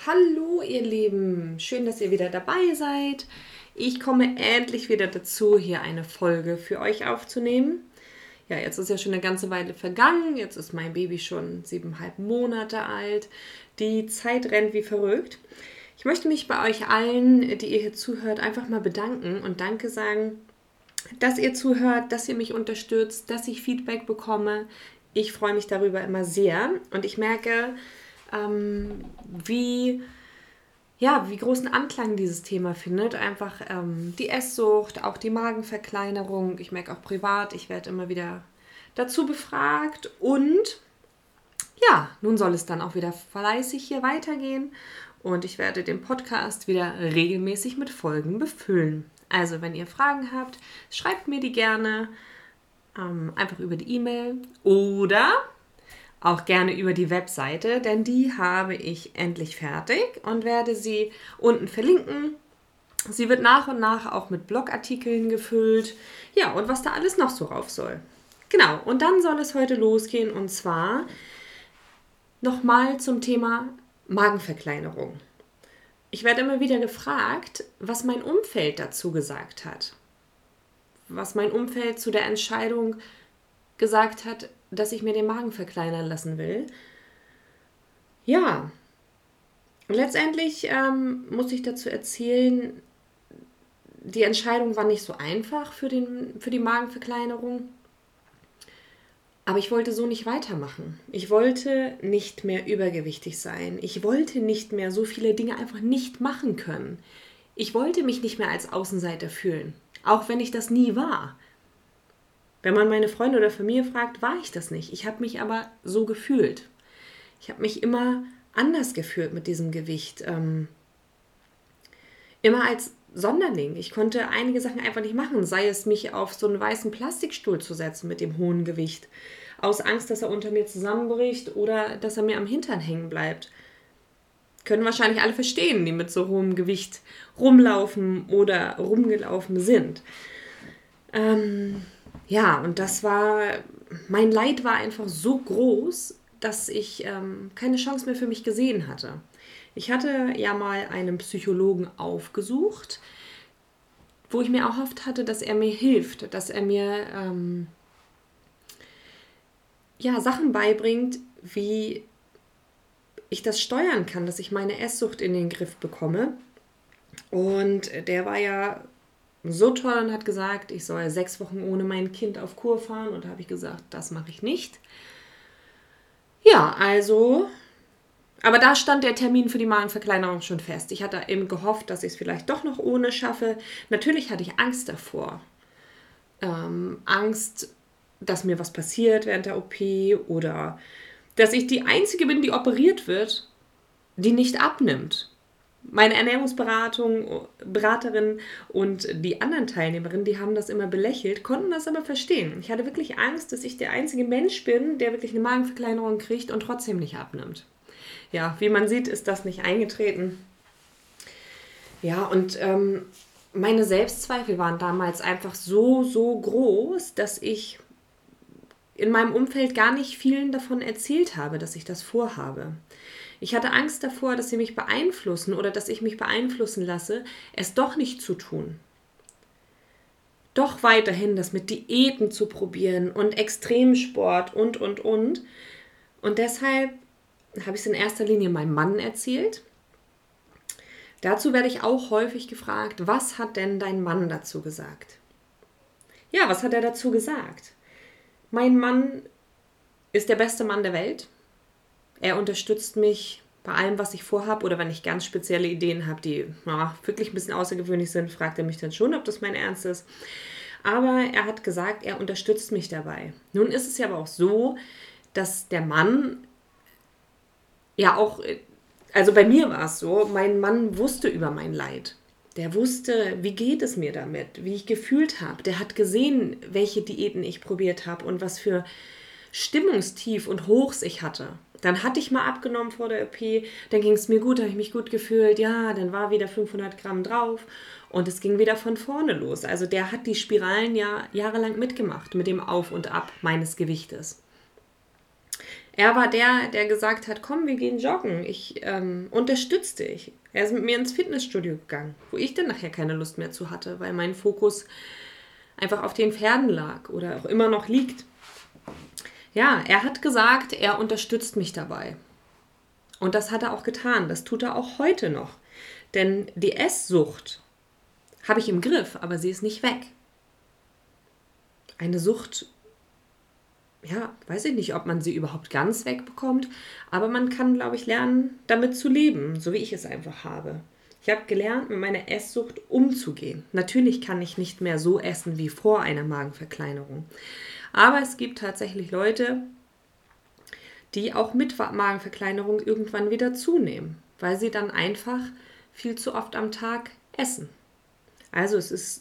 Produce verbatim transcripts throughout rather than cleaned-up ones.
Hallo ihr Lieben, schön, dass ihr wieder dabei seid. Ich komme endlich wieder dazu, hier eine Folge für euch aufzunehmen. Ja, jetzt ist ja schon eine ganze Weile vergangen, jetzt ist mein Baby schon siebeneinhalb Monate alt. Die Zeit rennt wie verrückt. Ich möchte mich bei euch allen, die ihr hier zuhört, einfach mal bedanken und Danke sagen, dass ihr zuhört, dass ihr mich unterstützt, dass ich Feedback bekomme. Ich freue mich darüber immer sehr und ich merke, ähm, wie, ja, wie großen Anklang dieses Thema findet. Einfach ähm, die Esssucht, auch die Magenverkleinerung. Ich merke auch privat, ich werde immer wieder dazu befragt. Und ja, nun soll es dann auch wieder fleißig hier weitergehen. Und ich werde den Podcast wieder regelmäßig mit Folgen befüllen. Also, wenn ihr Fragen habt, schreibt mir die gerne ähm, einfach über die E-Mail oder auch gerne über die Webseite, denn die habe ich endlich fertig und werde sie unten verlinken. Sie wird nach und nach auch mit Blogartikeln gefüllt. Ja, und was da alles noch so rauf soll. Genau, und dann soll es heute losgehen und zwar nochmal zum Thema Magenverkleinerung. Ich werde immer wieder gefragt, was mein Umfeld dazu gesagt hat. Was mein Umfeld zu der Entscheidung gesagt hat, dass ich mir den Magen verkleinern lassen will. Ja, letztendlich ähm, muss ich dazu erzählen, die Entscheidung war nicht so einfach für, den, für die Magenverkleinerung. Aber ich wollte so nicht weitermachen. Ich wollte nicht mehr übergewichtig sein. Ich wollte nicht mehr so viele Dinge einfach nicht machen können. Ich wollte mich nicht mehr als Außenseiter fühlen, auch wenn ich das nie war. Wenn man meine Freunde oder Familie fragt, war ich das nicht. Ich habe mich aber so gefühlt. Ich habe mich immer anders gefühlt mit diesem Gewicht. Ähm, immer als Sonderling. Ich konnte einige Sachen einfach nicht machen, sei es mich auf so einen weißen Plastikstuhl zu setzen mit dem hohen Gewicht, aus Angst, dass er unter mir zusammenbricht oder dass er mir am Hintern hängen bleibt. Können wahrscheinlich alle verstehen, die mit so hohem Gewicht rumlaufen oder rumgelaufen sind. Ähm, ja, und das war, mein Leid war einfach so groß, dass ich ähm, keine Chance mehr für mich gesehen hatte. Ich hatte ja mal einen Psychologen aufgesucht, wo ich mir erhofft hatte, dass er mir hilft, dass er mir ähm, ja, Sachen beibringt, wie ich das steuern kann, dass ich meine Esssucht in den Griff bekomme. Und der war ja so toll und hat gesagt, ich soll sechs Wochen ohne mein Kind auf Kur fahren. Und da habe ich gesagt, das mache ich nicht. Ja, also, aber da stand der Termin für die Magenverkleinerung schon fest. Ich hatte eben gehofft, dass ich es vielleicht doch noch ohne schaffe. Natürlich hatte ich Angst davor. Ähm, Angst, dass mir was passiert während der O P oder dass ich die Einzige bin, die operiert wird, die nicht abnimmt. Meine Ernährungsberatung, Beraterin und die anderen Teilnehmerinnen, die haben das immer belächelt, konnten das aber verstehen. Ich hatte wirklich Angst, dass ich der einzige Mensch bin, der wirklich eine Magenverkleinerung kriegt und trotzdem nicht abnimmt. Ja, wie man sieht, ist das nicht eingetreten. Ja, und ähm, meine Selbstzweifel waren damals einfach so, so groß, dass ich in meinem Umfeld gar nicht vielen davon erzählt habe, dass ich das vorhabe. Ich hatte Angst davor, dass sie mich beeinflussen oder dass ich mich beeinflussen lasse, es doch nicht zu tun. Doch weiterhin das mit Diäten zu probieren und Extremsport und, und, und. Und deshalb habe ich es in erster Linie meinem Mann erzählt. Dazu werde ich auch häufig gefragt, was hat denn dein Mann dazu gesagt? Ja, was hat er dazu gesagt? Mein Mann ist der beste Mann der Welt. Er unterstützt mich bei allem, was ich vorhabe oder wenn ich ganz spezielle Ideen habe, die ja, wirklich ein bisschen außergewöhnlich sind, fragt er mich dann schon, ob das mein Ernst ist. Aber er hat gesagt, er unterstützt mich dabei. Nun ist es ja aber auch so, dass der Mann ja auch, also bei mir war es so, mein Mann wusste über mein Leid. Der wusste, wie geht es mir damit, wie ich gefühlt habe. Der hat gesehen, welche Diäten ich probiert habe und was für Stimmungstief und Hochs ich hatte. Dann hatte ich mal abgenommen vor der O P, dann ging es mir gut, habe ich mich gut gefühlt, ja, dann war wieder fünfhundert Gramm drauf und es ging wieder von vorne los. Also der hat die Spiralen ja jahrelang mitgemacht mit dem Auf und Ab meines Gewichtes. Er war der, der gesagt hat, komm, wir gehen joggen, ich ähm, unterstütze dich. Er ist mit mir ins Fitnessstudio gegangen, wo ich dann nachher keine Lust mehr zu hatte, weil mein Fokus einfach auf den Pferden lag oder auch immer noch liegt. Ja, er hat gesagt, er unterstützt mich dabei. Und das hat er auch getan, das tut er auch heute noch. Denn die Esssucht habe ich im Griff, aber sie ist nicht weg. Eine Sucht, ja, weiß ich nicht, ob man sie überhaupt ganz wegbekommt, aber man kann, glaube ich, lernen, damit zu leben, so wie ich es einfach habe. Ich habe gelernt, mit meiner Esssucht umzugehen. Natürlich kann ich nicht mehr so essen wie vor einer Magenverkleinerung. Aber es gibt tatsächlich Leute, die auch mit Magenverkleinerung irgendwann wieder zunehmen, weil sie dann einfach viel zu oft am Tag essen. Also es ist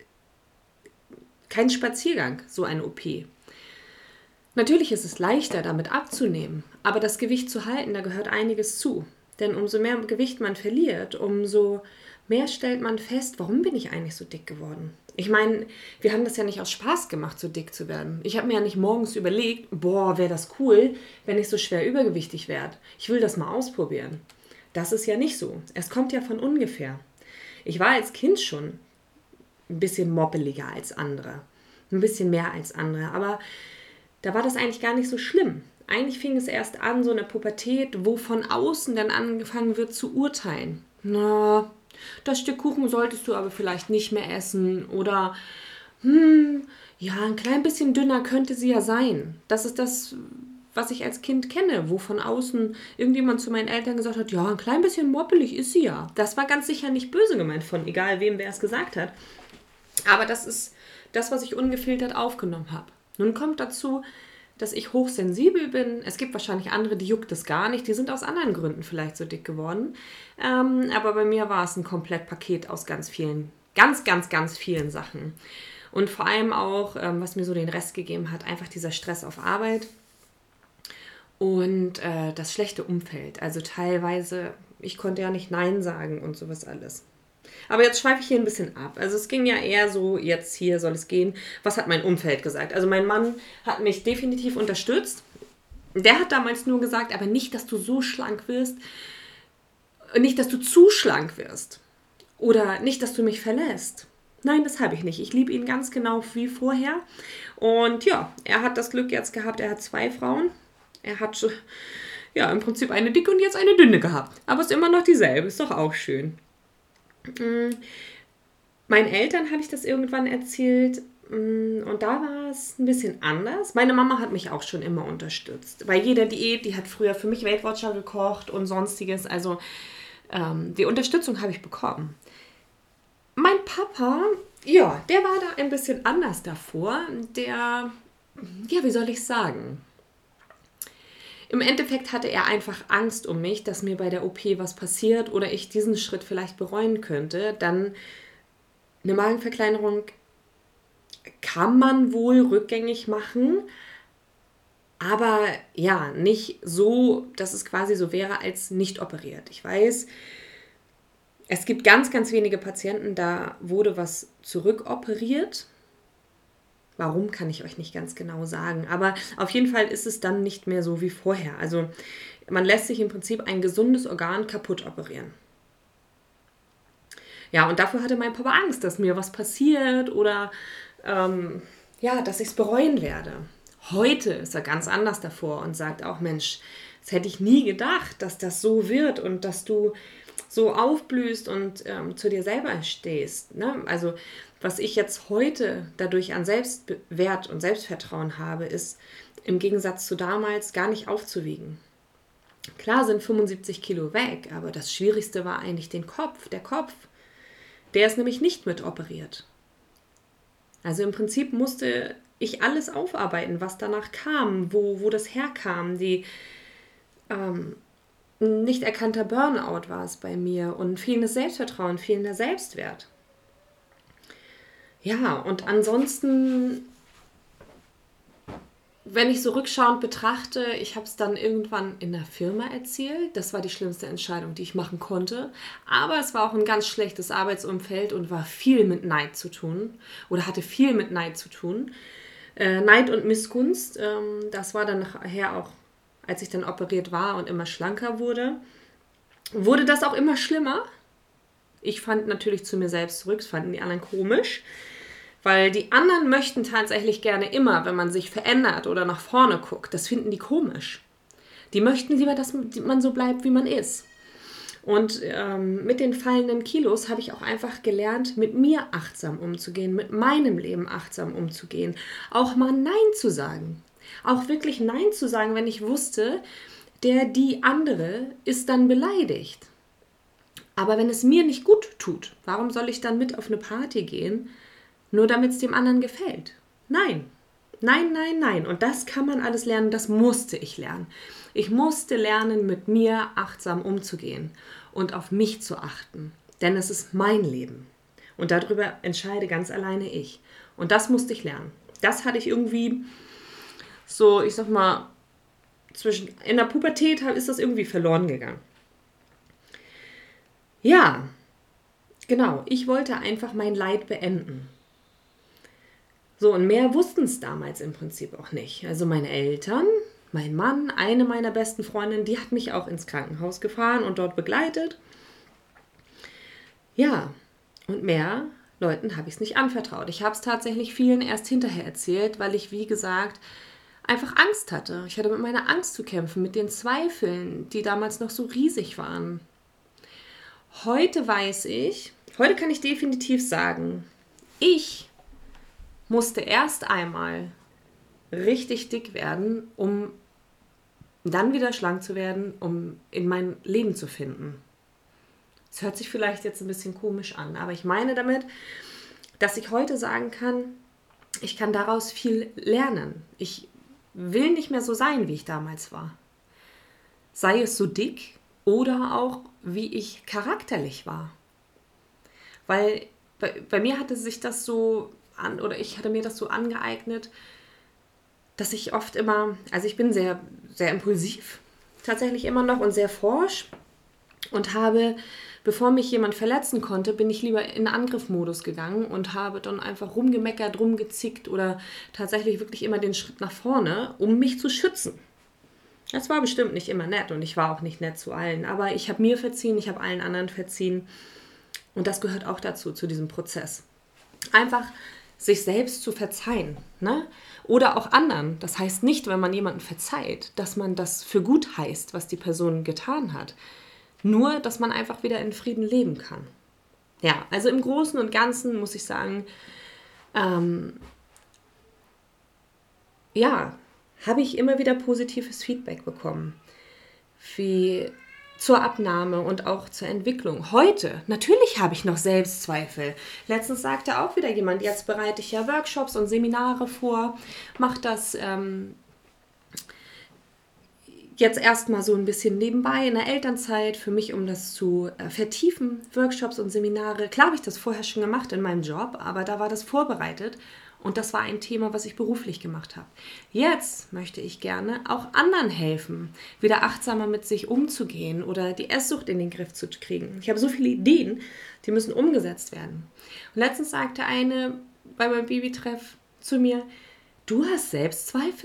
kein Spaziergang, so eine O P. Natürlich ist es leichter, damit abzunehmen, aber das Gewicht zu halten, da gehört einiges zu. Denn umso mehr Gewicht man verliert, umso mehr stellt man fest, warum bin ich eigentlich so dick geworden? Ich meine, wir haben das ja nicht aus Spaß gemacht, so dick zu werden. Ich habe mir ja nicht morgens überlegt, boah, wäre das cool, wenn ich so schwer übergewichtig werde. Ich will das mal ausprobieren. Das ist ja nicht so. Es kommt ja von ungefähr. Ich war als Kind schon ein bisschen moppeliger als andere. Ein bisschen mehr als andere. Aber da war das eigentlich gar nicht so schlimm. Eigentlich fing es erst an, so eine Pubertät, wo von außen dann angefangen wird zu urteilen. Na, das Stück Kuchen solltest du aber vielleicht nicht mehr essen. Oder, hm, ja, ein klein bisschen dünner könnte sie ja sein. Das ist das, was ich als Kind kenne, wo von außen irgendjemand zu meinen Eltern gesagt hat, ja, ein klein bisschen moppelig ist sie ja. Das war ganz sicher nicht böse gemeint von egal wem, wer es gesagt hat. Aber das ist das, was ich ungefiltert aufgenommen habe. Nun kommt dazu, dass ich hochsensibel bin. Es gibt wahrscheinlich andere, die juckt es gar nicht. Die sind aus anderen Gründen vielleicht so dick geworden. Ähm, aber bei mir war es ein Komplettpaket aus ganz vielen, ganz, ganz, ganz vielen Sachen. Und vor allem auch, ähm, was mir so den Rest gegeben hat, einfach dieser Stress auf Arbeit und äh, das schlechte Umfeld. Also teilweise, ich konnte ja nicht Nein sagen und sowas alles. Aber jetzt schweife ich hier ein bisschen ab. Also es ging ja eher so, jetzt hier soll es gehen, was hat mein Umfeld gesagt? Also mein Mann hat mich definitiv unterstützt. Der hat damals nur gesagt, aber nicht, dass du so schlank wirst, nicht, dass du zu schlank wirst oder nicht, dass du mich verlässt. Nein, das habe ich nicht. Ich liebe ihn ganz genau wie vorher. Und ja, er hat das Glück jetzt gehabt, er hat zwei Frauen. Er hat ja im Prinzip eine dicke und jetzt eine dünne gehabt. Aber es ist immer noch dieselbe, ist doch auch schön. Meinen Eltern habe ich das irgendwann erzählt und da war es ein bisschen anders. Meine Mama hat mich auch schon immer unterstützt. Bei jeder Diät, die hat früher für mich Weight Watcher gekocht und sonstiges. Also ähm, die Unterstützung habe ich bekommen. Mein Papa, ja, der war da ein bisschen anders davor. Der, ja, wie soll ich sagen? Im Endeffekt hatte er einfach Angst um mich, dass mir bei der O P was passiert oder ich diesen Schritt vielleicht bereuen könnte. Dann eine Magenverkleinerung kann man wohl rückgängig machen, aber ja, nicht so, dass es quasi so wäre als nicht operiert. Ich weiß, es gibt ganz, ganz wenige Patienten, da wurde was zurückoperiert. Warum, kann ich euch nicht ganz genau sagen. Aber auf jeden Fall ist es dann nicht mehr so wie vorher. Also man lässt sich im Prinzip ein gesundes Organ kaputt operieren. Ja, und dafür hatte mein Papa Angst, dass mir was passiert oder ähm, ja, dass ich es bereuen werde. Heute ist er ganz anders davor und sagt auch, Mensch, das hätte ich nie gedacht, dass das so wird und dass du so aufblühst und ähm, zu dir selber stehst. Ne? Also was ich jetzt heute dadurch an Selbstwert und Selbstvertrauen habe, ist im Gegensatz zu damals gar nicht aufzuwiegen. Klar sind fünfundsiebzig Kilo weg, aber das Schwierigste war eigentlich den Kopf, der Kopf. Der ist nämlich nicht mit operiert. Also im Prinzip musste ich alles aufarbeiten, was danach kam, wo, wo das herkam. Die ähm, nicht erkannter Burnout war es bei mir und fehlendes Selbstvertrauen, fehlender Selbstwert. Ja, und ansonsten, wenn ich so rückschauend betrachte, ich habe es dann irgendwann in der Firma erzählt. Das war die schlimmste Entscheidung, die ich machen konnte. Aber es war auch ein ganz schlechtes Arbeitsumfeld und war viel mit Neid zu tun oder hatte viel mit Neid zu tun. Äh, Neid und Missgunst, ähm, das war dann nachher auch als ich dann operiert war und immer schlanker wurde, wurde das auch immer schlimmer. Ich fand natürlich zu mir selbst zurück, das fanden die anderen komisch, weil die anderen möchten tatsächlich gerne immer, wenn man sich verändert oder nach vorne guckt, das finden die komisch. Die möchten lieber, dass man so bleibt, wie man ist. Und ähm, mit den fallenden Kilos habe ich auch einfach gelernt, mit mir achtsam umzugehen, mit meinem Leben achtsam umzugehen. Auch mal Nein zu sagen. Auch wirklich Nein zu sagen, wenn ich wusste, der, die andere ist dann beleidigt. Aber wenn es mir nicht gut tut, warum soll ich dann mit auf eine Party gehen, nur damit es dem anderen gefällt? Nein. Nein, nein, nein. Und das kann man alles lernen, das musste ich lernen. Ich musste lernen, mit mir achtsam umzugehen und auf mich zu achten. Denn es ist mein Leben. Und darüber entscheide ganz alleine ich. Und das musste ich lernen. Das hatte ich irgendwie so, ich sag mal, zwischen, in der Pubertät ist das irgendwie verloren gegangen. Ja, genau. Ich wollte einfach mein Leid beenden. So, und mehr wussten es damals im Prinzip auch nicht. Also meine Eltern, mein Mann, eine meiner besten Freundinnen, die hat mich auch ins Krankenhaus gefahren und dort begleitet. Ja, und mehr Leuten habe ich es nicht anvertraut. Ich habe es tatsächlich vielen erst hinterher erzählt, weil ich, wie gesagt, einfach Angst hatte. Ich hatte mit meiner Angst zu kämpfen, mit den Zweifeln, die damals noch so riesig waren. Heute weiß ich, heute kann ich definitiv sagen, ich musste erst einmal richtig dick werden, um dann wieder schlank zu werden, um in mein Leben zu finden. Das hört sich vielleicht jetzt ein bisschen komisch an, aber ich meine damit, dass ich heute sagen kann, ich kann daraus viel lernen. Ich will nicht mehr so sein, wie ich damals war. Sei es so dick oder auch, wie ich charakterlich war. Weil bei, bei mir hatte sich das so an, oder ich hatte mir das so angeeignet, dass ich oft immer, also ich bin sehr, sehr impulsiv, tatsächlich immer noch und sehr forsch und habe, bevor mich jemand verletzen konnte, bin ich lieber in Angriffmodus gegangen und habe dann einfach rumgemeckert, rumgezickt oder tatsächlich wirklich immer den Schritt nach vorne, um mich zu schützen. Das war bestimmt nicht immer nett und ich war auch nicht nett zu allen, aber ich habe mir verziehen, ich habe allen anderen verziehen und das gehört auch dazu, zu diesem Prozess. Einfach sich selbst zu verzeihen, ne? Oder auch anderen. Das heißt nicht, wenn man jemanden verzeiht, dass man das für gut heißt, was die Person getan hat. Nur, dass man einfach wieder in Frieden leben kann. Ja, also im Großen und Ganzen muss ich sagen, ähm, ja, habe ich immer wieder positives Feedback bekommen. Wie zur Abnahme und auch zur Entwicklung. Heute, natürlich habe ich noch Selbstzweifel. Letztens sagte auch wieder jemand, jetzt bereite ich ja Workshops und Seminare vor, mache das ähm, jetzt erstmal so ein bisschen nebenbei in der Elternzeit für mich, um das zu äh, vertiefen, Workshops und Seminare. Klar habe ich das vorher schon gemacht in meinem Job, aber da war das vorbereitet. Und das war ein Thema, was ich beruflich gemacht habe. Jetzt möchte ich gerne auch anderen helfen, wieder achtsamer mit sich umzugehen oder die Esssucht in den Griff zu kriegen. Ich habe so viele Ideen, die müssen umgesetzt werden. Und letztens sagte eine bei meinem Babytreff zu mir, du hast Selbstzweifel?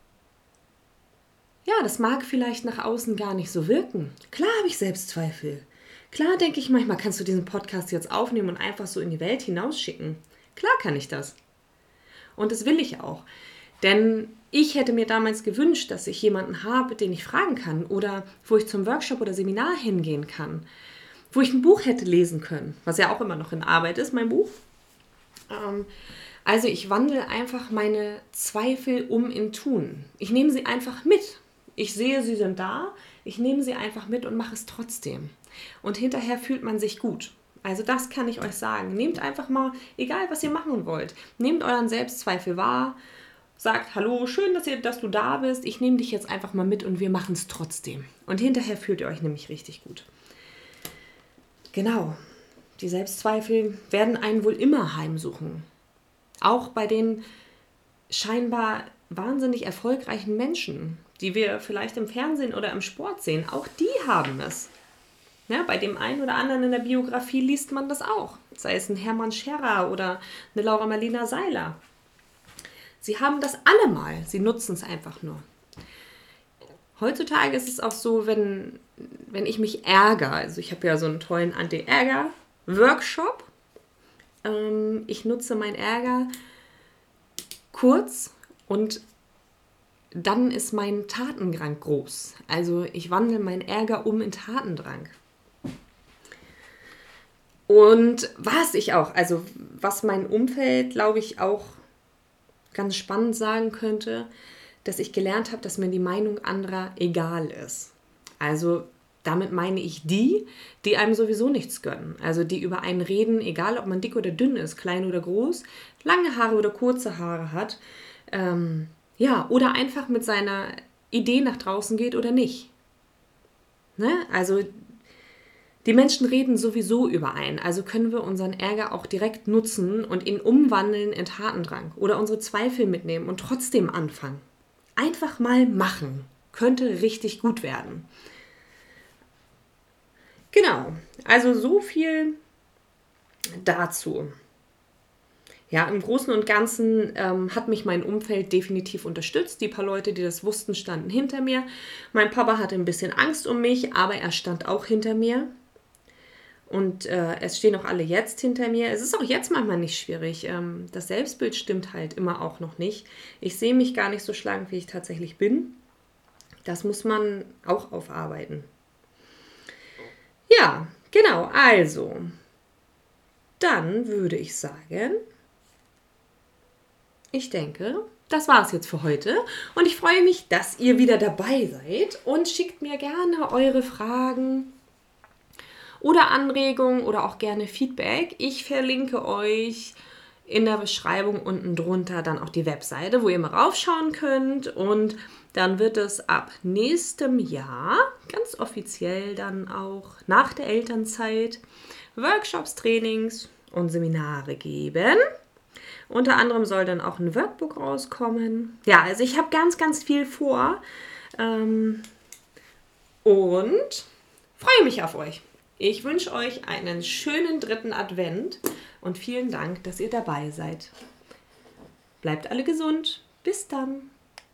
Ja, das mag vielleicht nach außen gar nicht so wirken. Klar habe ich Selbstzweifel. Klar denke ich manchmal, kannst du diesen Podcast jetzt aufnehmen und einfach so in die Welt hinausschicken. Klar kann ich das. Und das will ich auch. Denn ich hätte mir damals gewünscht, dass ich jemanden habe, den ich fragen kann oder wo ich zum Workshop oder Seminar hingehen kann, wo ich ein Buch hätte lesen können, was ja auch immer noch in Arbeit ist, mein Buch. Ähm, also ich wandle einfach meine Zweifel um in Tun. Ich nehme sie einfach mit. Ich sehe, sie sind da, ich nehme sie einfach mit und mache es trotzdem. Und hinterher fühlt man sich gut. Also das kann ich euch sagen. Nehmt einfach mal, egal was ihr machen wollt, nehmt euren Selbstzweifel wahr, sagt, hallo, schön, dass, ihr, dass du da bist, ich nehme dich jetzt einfach mal mit und wir machen es trotzdem. Und hinterher fühlt ihr euch nämlich richtig gut. Genau, die Selbstzweifel werden einen wohl immer heimsuchen. Auch bei den scheinbar wahnsinnig erfolgreichen Menschen, die wir vielleicht im Fernsehen oder im Sport sehen, auch die haben es. Ja, bei dem einen oder anderen in der Biografie liest man das auch. Sei es ein Hermann Scherer oder eine Laura Marlina Seiler. Sie haben das alle mal. Sie nutzen es einfach nur. heutzutage ist es auch so, wenn, wenn ich mich ärgere, also ich habe ja so einen tollen Anti-Ärger-Workshop. Ähm, ich nutze meinen Ärger kurz und dann ist mein Tatendrang groß. Also ich wandle meinen Ärger um in Tatendrang. Und was ich auch, also was mein Umfeld, glaube ich, auch ganz spannend sagen könnte, dass ich gelernt habe, dass mir die Meinung anderer egal ist. Also damit meine ich die, die einem sowieso nichts gönnen. Also die über einen reden, egal ob man dick oder dünn ist, klein oder groß, lange Haare oder kurze Haare hat. Ähm, ja, oder einfach mit seiner Idee nach draußen geht oder nicht. Ne? Also die Menschen reden sowieso über einen, also können wir unseren Ärger auch direkt nutzen und ihn umwandeln in Tatendrang oder unsere Zweifel mitnehmen und trotzdem anfangen. Einfach mal machen. Könnte richtig gut werden. Genau, also so viel dazu. Ja, im Großen und Ganzen ähm, hat mich mein Umfeld definitiv unterstützt. Die paar Leute, die das wussten, standen hinter mir. Mein Papa hatte ein bisschen Angst um mich, aber er stand auch hinter mir. Und äh, es stehen auch alle jetzt hinter mir. Es ist auch jetzt manchmal nicht schwierig. Ähm, das Selbstbild stimmt halt immer auch noch nicht. Ich sehe mich gar nicht so schlank, wie ich tatsächlich bin. Das muss man auch aufarbeiten. Ja, genau. Also, dann würde ich sagen, ich denke, das war es jetzt für heute. Und ich freue mich, dass ihr wieder dabei seid. Und schickt mir gerne eure Fragen oder Anregungen oder auch gerne Feedback. Ich verlinke euch in der Beschreibung unten drunter dann auch die Webseite, wo ihr mal raufschauen könnt. Und dann wird es ab nächstem Jahr, ganz offiziell dann auch nach der Elternzeit, Workshops, Trainings und Seminare geben. Unter anderem soll dann auch ein Workbook rauskommen. Ja, also ich habe ganz, ganz viel vor ähm, und freue mich auf euch. Ich wünsche euch einen schönen dritten Advent und vielen Dank, dass ihr dabei seid. Bleibt alle gesund. Bis dann.